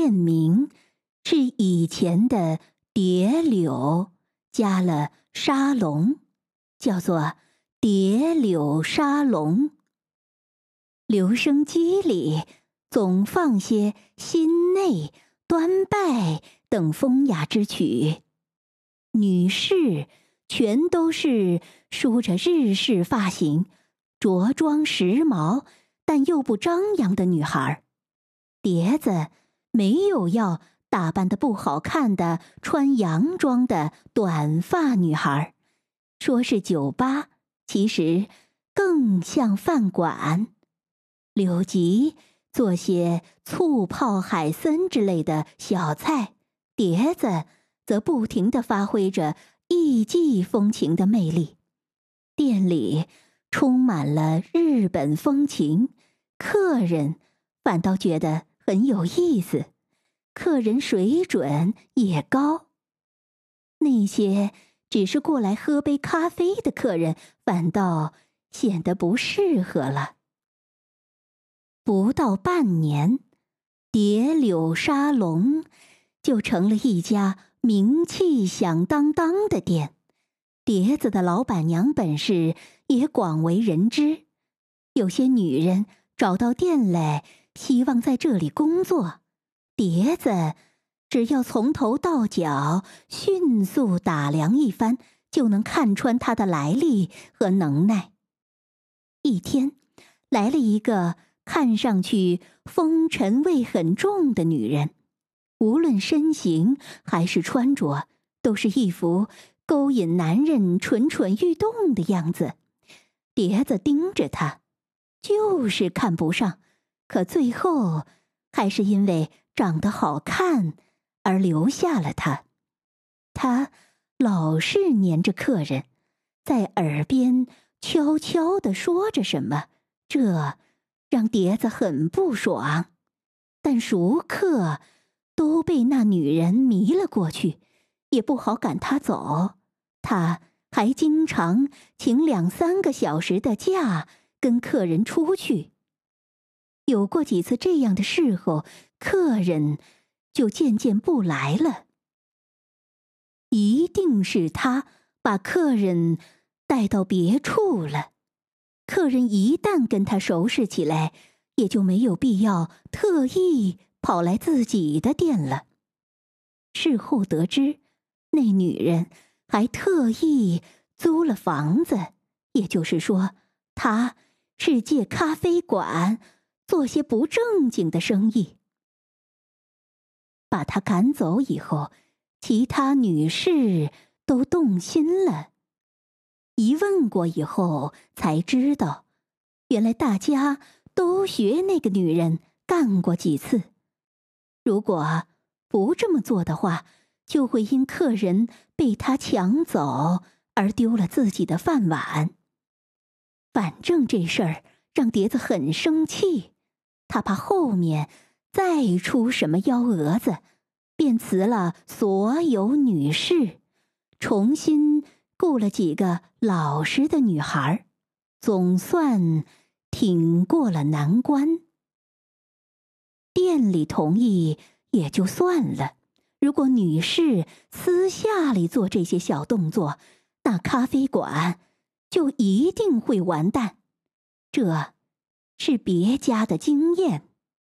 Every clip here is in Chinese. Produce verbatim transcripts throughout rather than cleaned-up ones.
店名是以前的蝶柳加了沙龙，叫做蝶柳沙龙。留声机里总放些心内、端拜等风雅之曲，女士全都是梳着日式发型，着装时髦但又不张扬的女孩。碟子没有要打扮得不好看的穿洋装的短发女孩，说是酒吧，其实更像饭馆。柳吉做些醋泡海参之类的小菜，碟子则不停地发挥着艺伎风情的魅力。店里充满了日本风情，客人反倒觉得很有意思，客人水准也高。那些只是过来喝杯咖啡的客人，反倒显得不适合了。不到半年，蝶柳沙龙就成了一家名气响当当的店，碟子的老板娘本事也广为人知。有些女人找到店来，希望在这里工作，碟子只要从头到脚迅速打量一番，就能看穿她的来历和能耐。一天，来了一个看上去风尘味很重的女人，无论身形还是穿着，都是一副勾引男人蠢蠢欲动的样子。碟子盯着她，就是看不上，可最后还是因为长得好看而留下了她。她老是黏着客人，在耳边悄悄地说着什么，这让碟子很不爽。但熟客都被那女人迷了过去，也不好赶她走。她还经常请两三个小时的假跟客人出去。有过几次这样的事后，客人就渐渐不来了。一定是她把客人带到别处了。客人一旦跟他熟识起来，也就没有必要特意跑来自己的店了。事后得知，那女人还特意租了房子，也就是说，她是借咖啡馆做些不正经的生意。把她赶走以后，其他女士都动心了。一问过以后才知道，原来大家都学那个女人干过几次。如果不这么做的话，就会因客人被她抢走而丢了自己的饭碗。反正这事儿让碟子很生气，他怕后面再出什么幺蛾子，便辞了所有女士，重新雇了几个老实的女孩，总算挺过了难关。店里同意也就算了，如果女士私下里做这些小动作，那咖啡馆就一定会完蛋。这是别家的经验。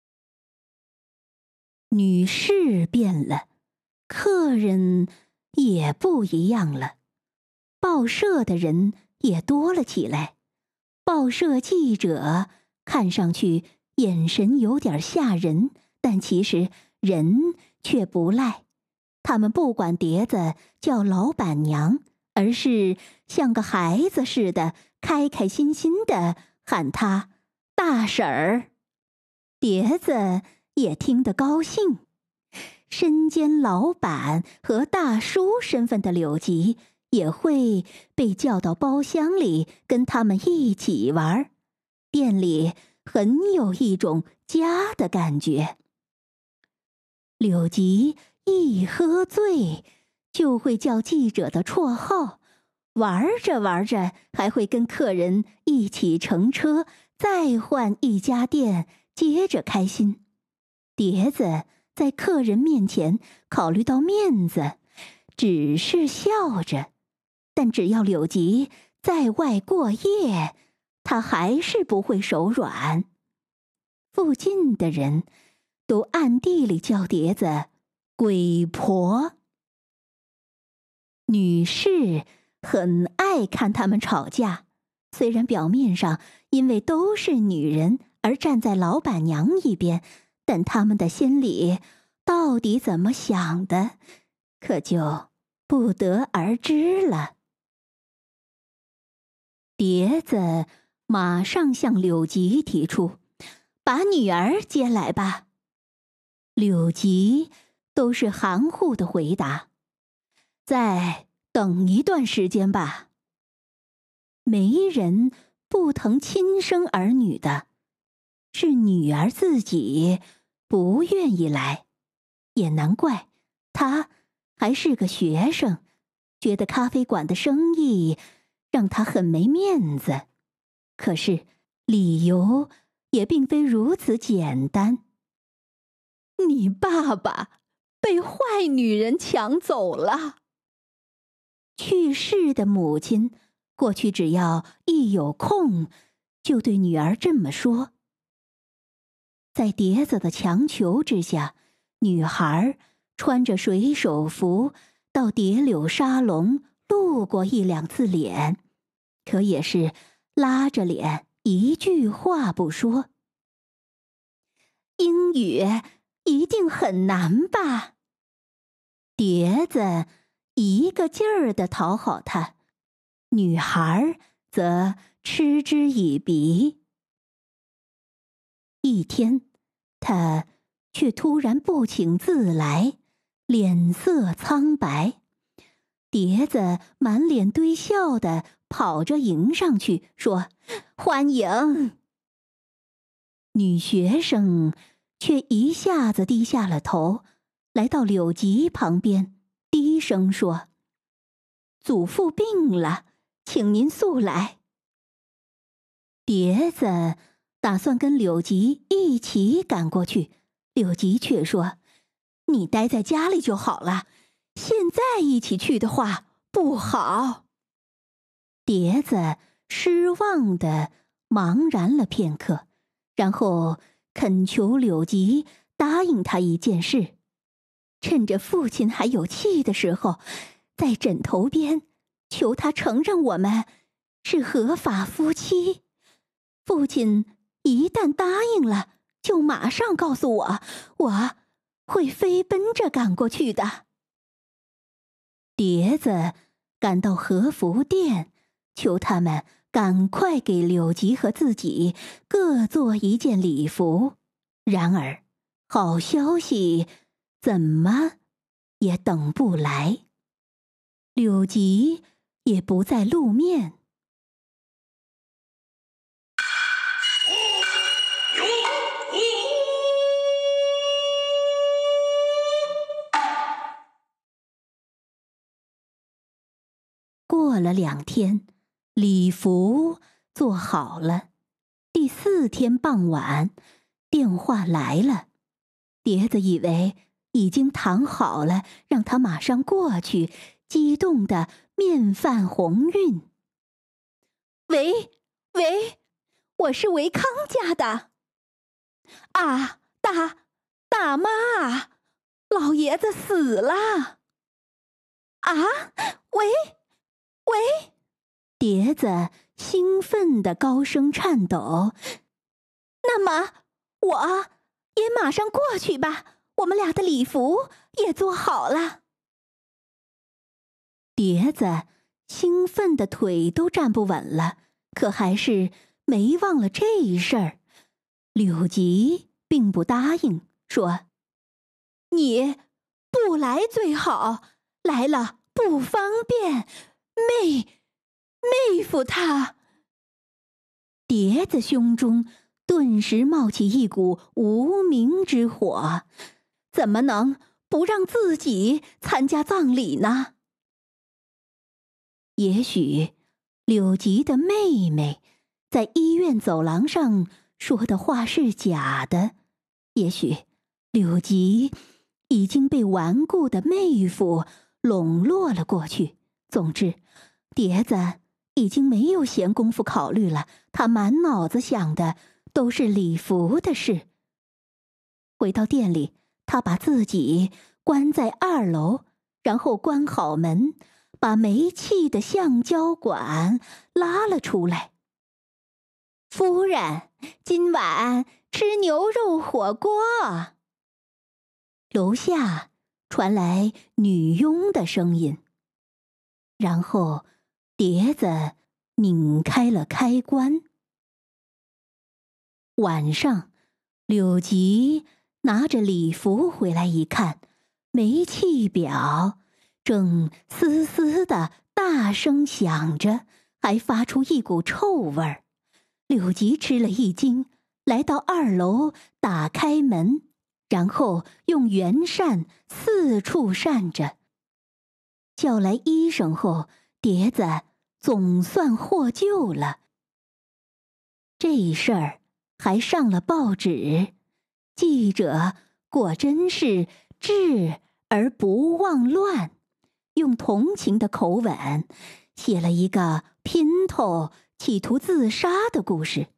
女士变了，客人也不一样了。报社的人也多了起来，报社记者看上去眼神有点吓人，但其实人却不赖。他们不管碟子叫老板娘，而是像个孩子似的开开心心的喊她大婶儿。碟子也听得高兴，身兼老板和大叔身份的柳吉也会被叫到包厢里跟他们一起玩，店里很有一种家的感觉。柳吉一喝醉就会叫记者的绰号，玩着玩着还会跟客人一起乘车，再换一家店接着开心。碟子在客人面前考虑到面子，只是笑着，但只要柳吉在外过夜，他还是不会手软。附近的人都暗地里叫碟子鬼婆。女士很爱看他们吵架，虽然表面上因为都是女人而站在老板娘一边，但他们的心里到底怎么想的，可就不得而知了。碟子马上向柳吉提出，把女儿接来吧。柳吉都是含糊的回答，再等一段时间吧。没人不疼亲生儿女的，是女儿自己不愿意来，也难怪她还是个学生，觉得咖啡馆的生意让她很没面子。可是理由也并非如此简单。你爸爸被坏女人抢走了。去世的母亲过去只要一有空就对女儿这么说。在碟子的强求之下，女孩穿着水手服到蝶柳沙龙露过一两次脸，可也是拉着脸一句话不说。英语一定很难吧？碟子一个劲儿地讨好他，女孩则嗤之以鼻。一天，他却突然不请自来，脸色苍白。碟子满脸堆笑地跑着迎上去，说：“欢迎。”女学生却一下子低下了头，来到柳吉旁边，低声说：“祖父病了，请您速来。”碟子打算跟柳吉一起赶过去，柳吉却说：“你待在家里就好了，现在一起去的话不好。”碟子失望地茫然了片刻，然后恳求柳吉答应他一件事，趁着父亲还有气的时候，在枕头边求他承认我们是合法夫妻。父亲一旦答应了，就马上告诉我，我会飞奔着赶过去的。碟子赶到和服店，求他们赶快给柳吉和自己各做一件礼服。然而，好消息怎么也等不来，柳吉也不再露面。过了两天，礼服做好了。第四天傍晚，电话来了。碟子以为已经谈好了，让他马上过去，激动的面泛红晕。喂喂，我是维康家的。啊，大大妈啊，老爷子死了。啊，喂喂，碟子兴奋的高声颤抖。那么我也马上过去吧，我们俩的礼服也做好了。碟子兴奋的腿都站不稳了，可还是没忘了这事儿。柳吉并不答应，说：“你不来最好，来了不方便，妹妹夫他。”碟子胸中顿时冒起一股无名之火，怎么能不让自己参加葬礼呢？也许柳吉的妹妹在医院走廊上说的话是假的，也许柳吉已经被顽固的妹夫笼络了过去。总之，蝶子已经没有闲工夫考虑了，他满脑子想的都是礼服的事。回到店里，他把自己关在二楼，然后关好门，把煤气的橡胶管拉了出来。夫人，今晚吃牛肉火锅。楼下传来女佣的声音，然后碟子拧开了开关。晚上，柳吉拿着礼服回来一看，煤气表正嘶嘶地大声响着，还发出一股臭味儿。柳吉吃了一惊，来到二楼，打开门，然后用圆扇四处扇着。叫来医生后，碟子总算获救了。这事儿还上了报纸，记者果真是治而不忘乱，用同情的口吻写了一个姘头企图自杀的故事。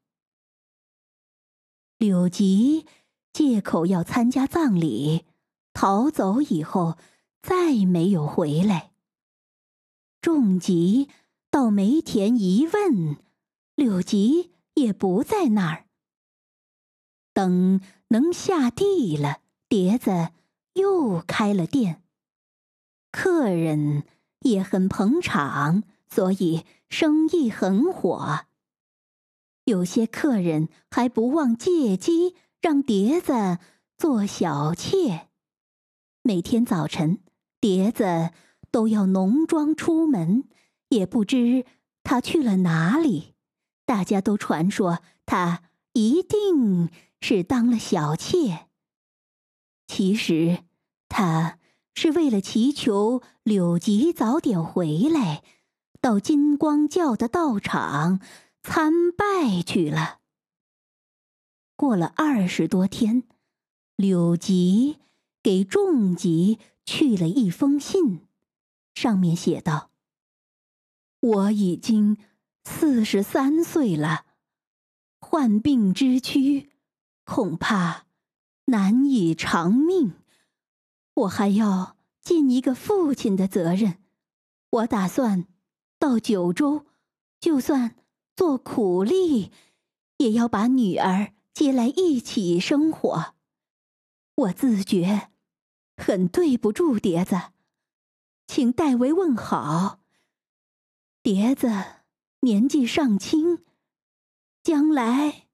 柳吉借口要参加葬礼，逃走以后再没有回来。仲吉到煤田一问，柳吉也不在那儿。等能下地了，碟子又开了店，客人也很捧场，所以生意很火。有些客人还不忘借机让碟子做小妾。每天早晨，碟子都要浓妆出门，也不知他去了哪里。大家都传说他一定是当了小妾。其实他是为了祈求柳吉早点回来，到金光教的道场参拜去了。过了二十多天，柳吉给仲吉去了一封信，上面写道：我已经四十三岁了，患病之躯，恐怕难以长命。我还要尽一个父亲的责任，我打算到九州，就算做苦力，也要把女儿接来一起生活。我自觉很对不住碟子，请代为问好。碟子年纪尚轻，将来……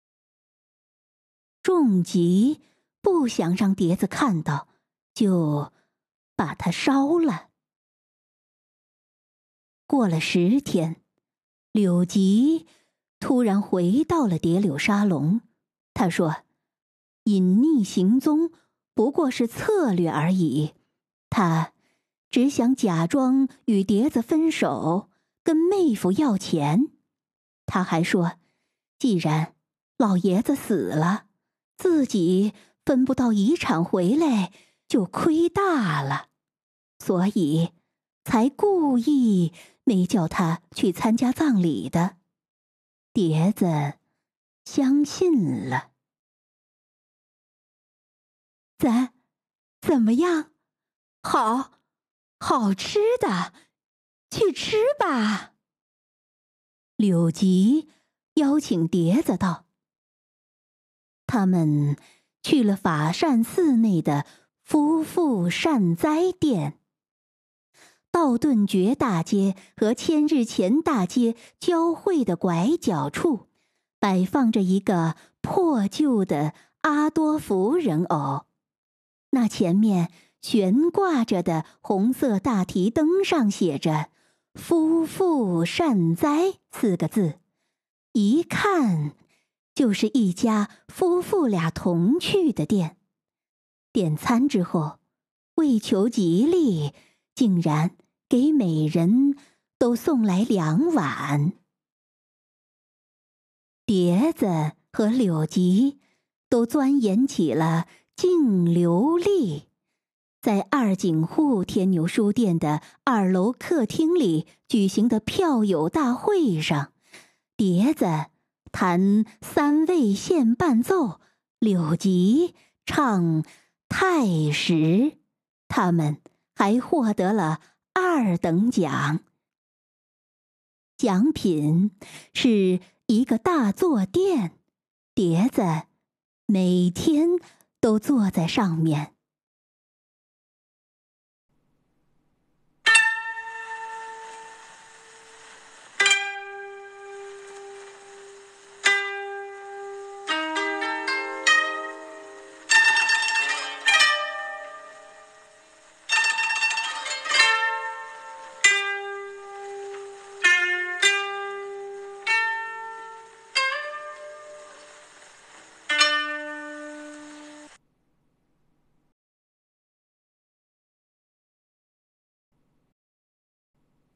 仲吉不想让碟子看到，就把它烧了。过了十天，柳吉突然回到了蝶柳沙龙。他说：隐匿行踪不过是策略而已，他只想假装与碟子分手，跟妹夫要钱。他还说，既然老爷子死了，自己分不到遗产回来就亏大了，所以才故意没叫他去参加葬礼的。碟子相信了。怎怎么样？好好吃的，去吃吧。柳吉邀请碟子道。他们去了法善寺内的夫妇善哉店。道顿崛大街和千日前大街交汇的拐角处，摆放着一个破旧的阿多福人偶，那前面悬挂着的红色大提灯上写着“夫妇善哉”四个字，一看就是一家夫妇俩同去的店。点餐之后，为求吉利，竟然给每人都送来两碗。碟子和柳吉都钻研起了净流利。在二井户天牛书店的二楼客厅里举行的票友大会上，碟子弹三味线伴奏，柳吉唱太史，他们还获得了二等奖。奖品是一个大坐垫，碟子每天都坐在上面。